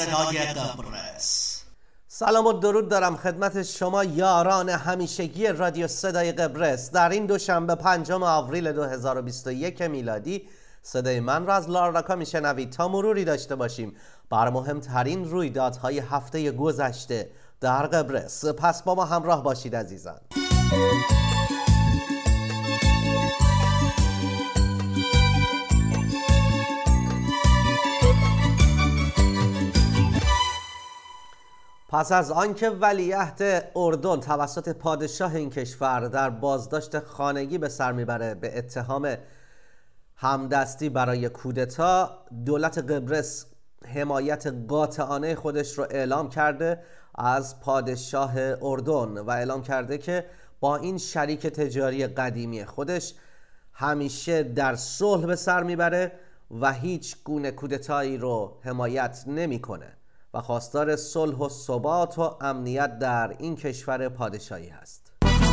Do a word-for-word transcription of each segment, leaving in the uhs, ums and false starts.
صدای قبرس. سلام و درود دارم خدمت شما یاران همیشگی رادیو صدای قبرس. در این دوشنبه پنجم آوریل دو هزار و بیست و یک میلادی صدای من را از لارداکا میشنوید تا مروری داشته باشیم بر مهمترین رویدادهای هفته گذشته در قبرس. پس با ما همراه باشید عزیزان. پس از آنکه ولیعهد اردن توسط پادشاه این کشور در بازداشت خانگی به سر میبره به اتهام همدستی برای کودتا، دولت قبرس حمایت قاطعانه خودش رو اعلام کرده از پادشاه اردن و اعلام کرده که با این شریک تجاری قدیمی خودش همیشه در صلح به سر میبره و هیچ گونه کودتایی رو حمایت نمیکنه و خواستار صلح و ثبات و امنیت در این کشور پادشاهی است.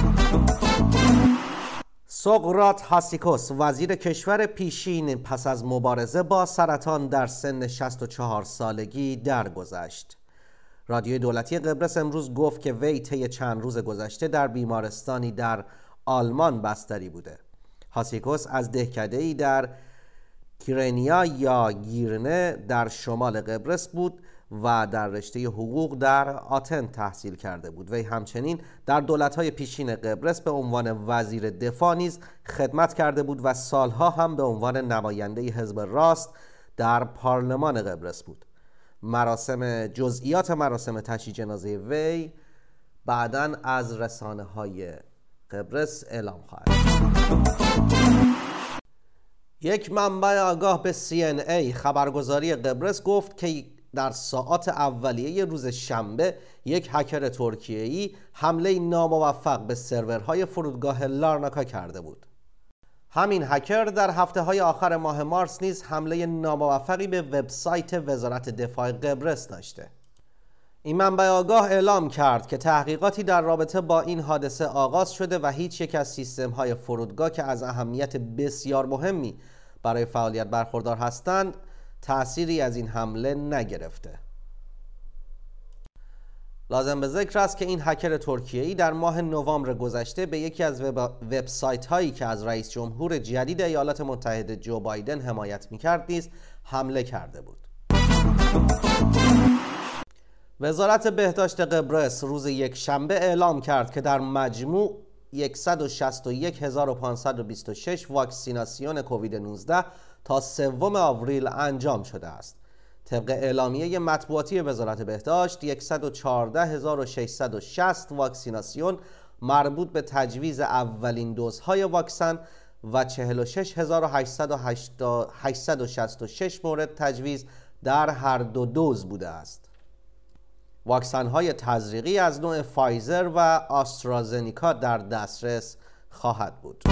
سقراط هاسیکوس وزیر کشور پیشین پس از مبارزه با سرطان در سن شصت و چهار سالگی درگذشت. رادیوی دولتی قبرس امروز گفت که وی طی چند روز گذشته در بیمارستانی در آلمان بستری بوده. هاسیکوس از دهکده‌ای در کیرنیا یا گیرنه در شمال قبرس بود و در رشته حقوق در آتن تحصیل کرده بود. وی همچنین در دولت‌های پیشین قبرس به عنوان وزیر دفاع نیز خدمت کرده بود و سالها هم به عنوان نماینده حزب راست در پارلمان قبرس بود. مراسم جزئیات مراسم تشییع جنازه وی بعداً از رسانه‌های قبرس اعلام خواهد شد. یک منبع آگاه به سی ان ای خبرگزاری قبرس گفت که در ساعات اولیه روز شنبه یک هکر ترکیه‌ای حمله ناموفق به سرورهای فرودگاه لارناکا کرده بود. همین هکر در هفته‌های آخر ماه مارس نیز حمله ناموفقی به وبسایت وزارت دفاع قبرس داشته. این منبع آگاه اعلام کرد که تحقیقاتی در رابطه با این حادثه آغاز شده و هیچ یک از سیستم‌های فرودگاه که از اهمیت بسیار مهمی برای فعالیت برخوردار هستند تأثیری از این حمله نگرفته. لازم به ذکر است که این هکر ترکیه‌ای در ماه نوامبر گذشته به یکی از وبسایت هایی که از رئیس جمهور جدید ایالات متحده جو بایدن حمایت می‌کرد نیز حمله کرده بود. وزارت بهداشت قبرس روز یک شنبه اعلام کرد که در مجموع صد و شصت و یک هزار و پانصد و بیست و شش واکسیناسیون کووید نوزده تا سوم آوریل انجام شده است. طبق اعلامیه مطبوعاتی وزارت بهداشت صد و چهارده هزار و ششصد و شصت واکسیناسیون مربوط به تجویز اولین دوزهای واکسن و چهل و شش هزار و هشتصد و شصت و شش مورد تجویز در هر دو دوز بوده است. واکسن های تزریقی از نوع فایزر و آسترازنیکا در دسترس خواهد بود.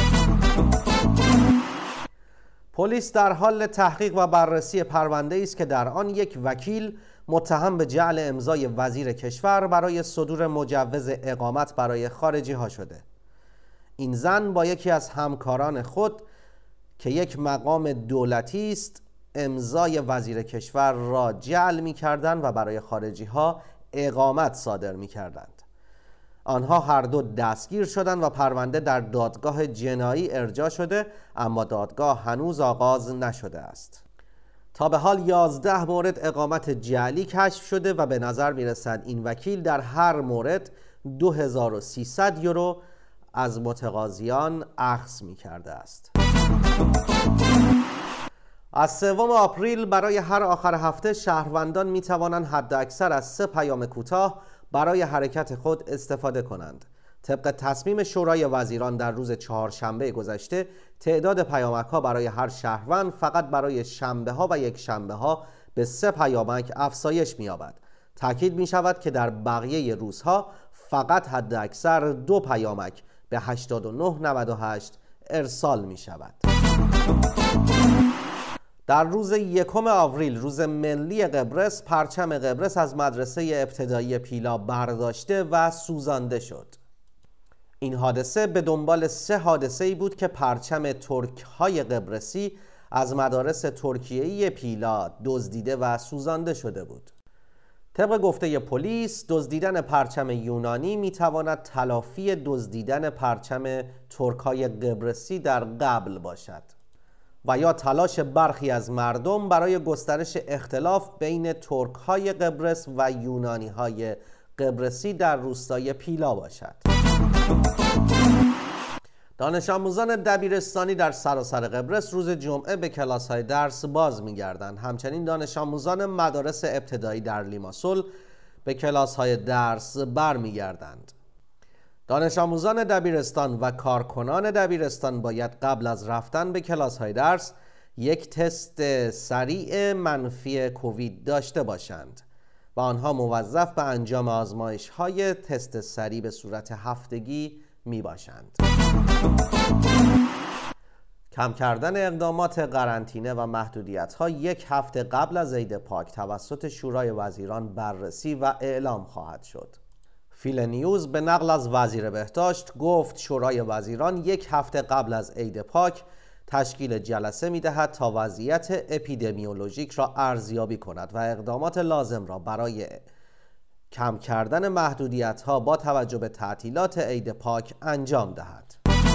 پلیس در حال تحقیق و بررسی پرونده است که در آن یک وکیل متهم به جعل امضای وزیر کشور برای صدور مجوز اقامت برای خارجی ها شده. این زن با یکی از همکاران خود که یک مقام دولتی است امضای وزیر کشور را جعل می کردند و برای خارجی ها اقامت صادر می کردند. آنها هر دو دستگیر شدند و پرونده در دادگاه جنایی ارجاع شده، اما دادگاه هنوز آغاز نشده است. تا به حال یازده مورد اقامت جعلی کشف شده و به نظر می رسد این وکیل در هر مورد دو هزار و سیصد یورو از متقاضیان اخذ می کرده است. از سوم آپریل برای هر آخر هفته شهروندان می توانند حداکثر از سه پیام کوتاه برای حرکت خود استفاده کنند. طبق تصمیم شورای وزیران در روز چهارشنبه گذشته تعداد پیامک ها برای هر شهروند فقط برای شنبه ها و یک شنبه ها به سه پیامک افزایش می یابد. تاکید می شود که در بقیه روزها فقط حداکثر دو پیامک به هشتاد و نه نود و هشت ارسال می شود. در روز یکم آوریل روز ملی قبرس پرچم قبرس از مدرسه ابتدایی پیلا برداشته و سوزانده شد. این حادثه به دنبال سه حادثه ای بود که پرچم ترک های قبرسی از مدارس ترکیه‌ای پیلا دزدیده و سوزانده شده بود. طبق گفته پلیس، دزدیدن پرچم یونانی میتواند تلافی دزدیدن پرچم ترک‌های قبرسی در قبل باشد و یا تلاش برخی از مردم برای گسترش اختلاف بین ترک‌های قبرس و یونانی‌های قبرسی در روستای پیلا باشد. دانش آموزان دبیرستانی در سراسر قبرس روز جمعه به کلاس‌های درس باز می‌گردند. همچنین دانش آموزان مدارس ابتدایی در لیماسول به کلاس‌های درس برمیگردند. دانش آموزان دبیرستان و کارکنان دبیرستان باید قبل از رفتن به کلاس‌های درس یک تست سریع منفی کووید داشته باشند و آنها موظف به انجام آزمایش‌های تست سریع به صورت هفتگی می باشند. کم کردن اقدامات قرنطینه و محدودیت‌ها یک هفته قبل از عید پاک توسط شورای وزیران بررسی و اعلام خواهد شد. فیل نیوز به نقل از وزیر بهداشت گفت شورای وزیران یک هفته قبل از عید پاک تشکیل جلسه می‌دهد تا وضعیت اپیدمیولوژیک را ارزیابی کند و اقدامات لازم را برای کم کردن محدودیت‌ها با توجه به تعطیلات عید پاک انجام دهد.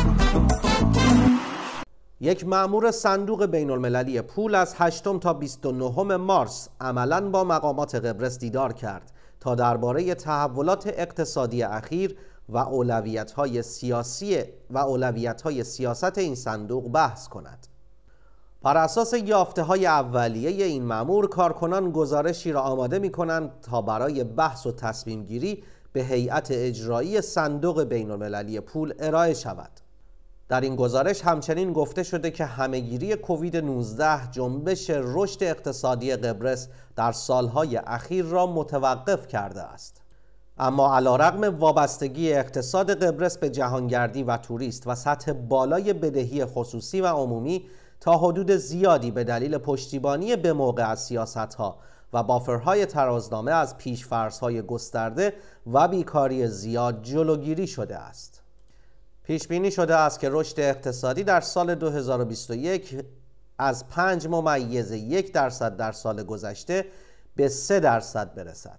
یک مأمور صندوق بین المللی پول از هشتم تا بیست و نهم مارس عملاً با مقامات قبرس دیدار کرد تا درباره تحولات اقتصادی اخیر و اولویت‌های سیاسی و اولویت‌های سیاست این صندوق بحث کند. بر اساس یافته‌های اولیه این مأمور، کارکنان گزارشی را آماده می‌کنند تا برای بحث و تصمیم گیری به هیئت اجرایی صندوق بین المللی پول ارائه شود. در این گزارش همچنین گفته شده که همه‌گیری کووید نوزده جنبش رشد اقتصادی قبرس در سالهای اخیر را متوقف کرده است. اما علیرغم وابستگی اقتصاد قبرس به جهانگردی و توریست و سطح بالای بدهی خصوصی و عمومی تا حدود زیادی به دلیل پشتیبانی به موقع از سیاست‌ها و بافرهای ترازنامه از پیش‌فرض‌های گسترده و بیکاری زیاد جلوگیری شده است. پیش بینی شده است که رشد اقتصادی در سال دو هزار و بیست و یک از پنج ممیز یک درصد در سال گذشته به سه درصد برسد.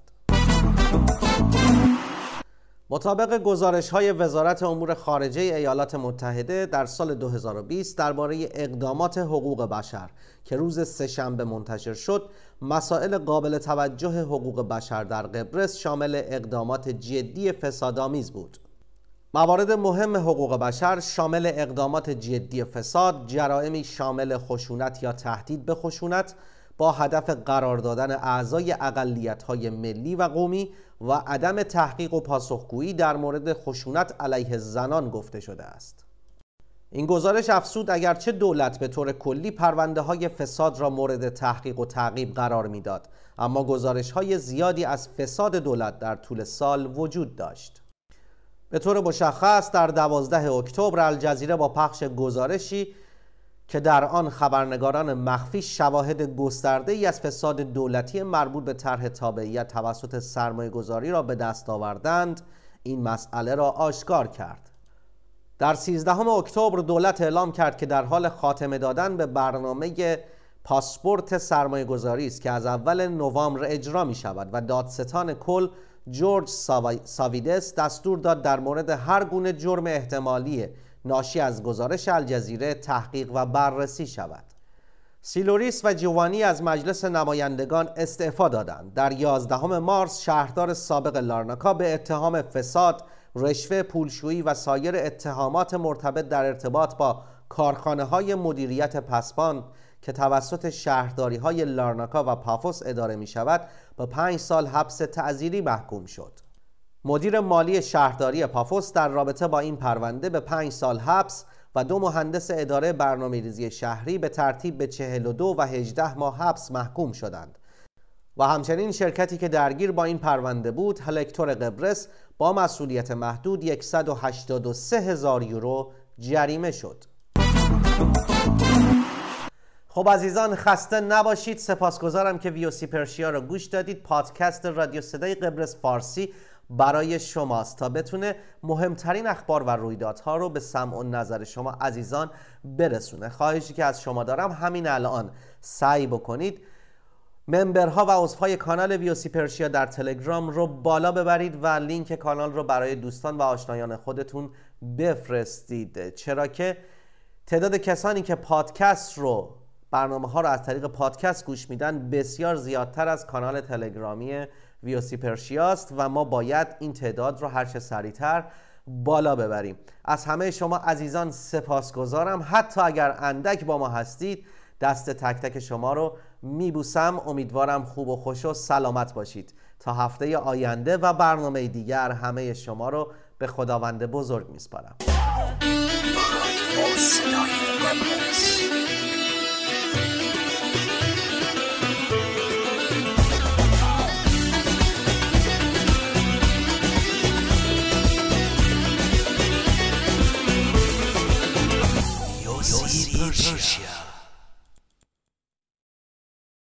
مطابق گزارش‌های وزارت امور خارجه ایالات متحده در سال دو هزار و بیست درباره اقدامات حقوق بشر که روز سه‌شنبه منتشر شد، مسائل قابل توجه حقوق بشر در قبرس شامل اقدامات جدی فسادآمیز بود. موارد مهم حقوق بشر شامل اقدامات جدی فساد، جرائمی شامل خشونت یا تهدید به خشونت با هدف قرار دادن اعضای اقلیت‌های ملی و قومی و عدم تحقیق و پاسخگویی در مورد خشونت علیه زنان گفته شده است. این گزارش افزود اگرچه دولت به طور کلی پرونده‌های فساد را مورد تحقیق و تعقیب قرار می‌داد، اما گزارش‌های زیادی از فساد دولت در طول سال وجود داشت. به طور مشخص در دوازده اکتبر الجزیره با پخش گزارشی که در آن خبرنگاران مخفی شواهد گسترده‌ای از فساد دولتی مربوط به طرح تابعیت توسط سرمایه‌گذاری را به دست آوردند، این مسئله را آشکار کرد. در سیزدهم اکتبر دولت اعلام کرد که در حال خاتمه دادن به برنامه پاسپورت سرمایه‌گذاری است که از اول نوامبر اجرا می شود و دادستان کل جورج ساویدس دستور داد در مورد هر گونه جرم احتمالی ناشی از گزارش الجزیره تحقیق و بررسی شود. سیلوریس و جوانی از مجلس نمایندگان استعفا دادند. در یازدهم مارس شهردار سابق لارناکا به اتهام فساد، رشوه، پولشویی و سایر اتهامات مرتبط در ارتباط با کارخانه‌های مدیریت پسبان که توسط شهرداری‌های لارناکا و پافوس اداره می‌شود، به پنج سال حبس تعزیری محکوم شد. مدیر مالی شهرداری پافوس در رابطه با این پرونده به پنج سال حبس و دو مهندس اداره برنامه‌ریزی شهری به ترتیب به چهل و دو و هجده ماه حبس محکوم شدند و همچنین شرکتی که درگیر با این پرونده بود، هلکتور قبرس، با مسئولیت محدود صد و هشتاد و سه هزار یورو جریمه شد. خب عزیزان خسته نباشید. سپاسگزارم که وی او سی پرشیا رو گوش دادید. پادکست رادیو صدای قبرس فارسی برای شماست تا بتونه مهمترین اخبار و رویدادها رو به سمع و نظر شما عزیزان برسونه. خواهشی که از شما دارم همین الان سعی بکنید ممبرها و عضوهای کانال وی او سی پرشیا در تلگرام رو بالا ببرید و لینک کانال رو برای دوستان و آشنایان خودتون بفرستید، چرا که تعداد کسانی که پادکست رو برنامه ها رو از طریق پادکست گوش میدن بسیار زیادتر از کانال تلگرامی وی او سی پرشیا است و ما باید این تعداد رو هر چه سریعتر بالا ببریم. از همه شما عزیزان سپاسگزارم. حتی اگر اندک با ما هستید دست تک تک شما رو میبوسم. امیدوارم خوب و خوش و سلامت باشید. تا هفته آینده و برنامه دیگر همه شما رو به خداوند بزرگ میسپارم. Persia.